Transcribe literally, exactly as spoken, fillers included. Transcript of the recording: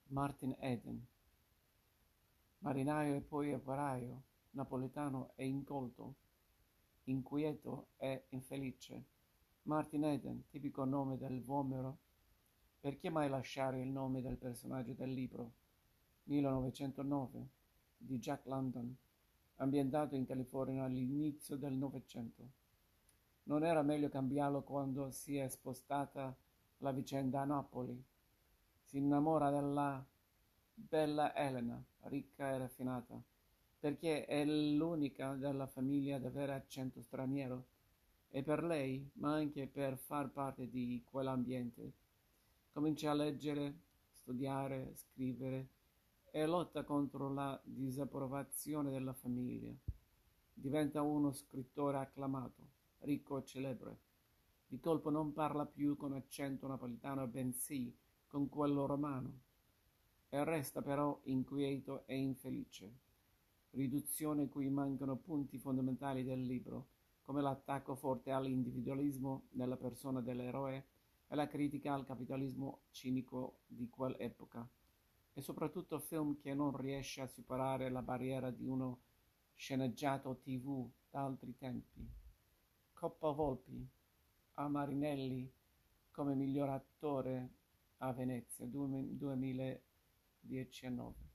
Martin Eden, marinaio e poi operaio, napoletano e incolto, inquieto e infelice. Martin Eden, tipico nome del vomero. Perché mai lasciare il nome del personaggio del libro? millenovecentonove di Jack London, ambientato in California all'inizio del Novecento. Non era meglio cambiarlo quando si è spostata la vicenda a Napoli? Si innamora della bella Elena, ricca e raffinata, perché è l'unica della famiglia ad avere accento straniero, e per lei, ma anche per far parte di quell'ambiente, comincia a leggere, studiare, scrivere e lotta contro la disapprovazione della famiglia. Diventa uno scrittore acclamato, ricco e celebre. Di colpo non parla più con accento napoletano, bensì con quello romano, e resta però inquieto e infelice. Riduzione cui mancano punti fondamentali del libro, come l'attacco forte all'individualismo nella persona dell'eroe e la critica al capitalismo cinico di quell'epoca, e soprattutto film che non riesce a superare la barriera di uno sceneggiato T V d'altri tempi. Coppa Volpi a Marinelli come miglior attore a Venezia duemiladiciannove.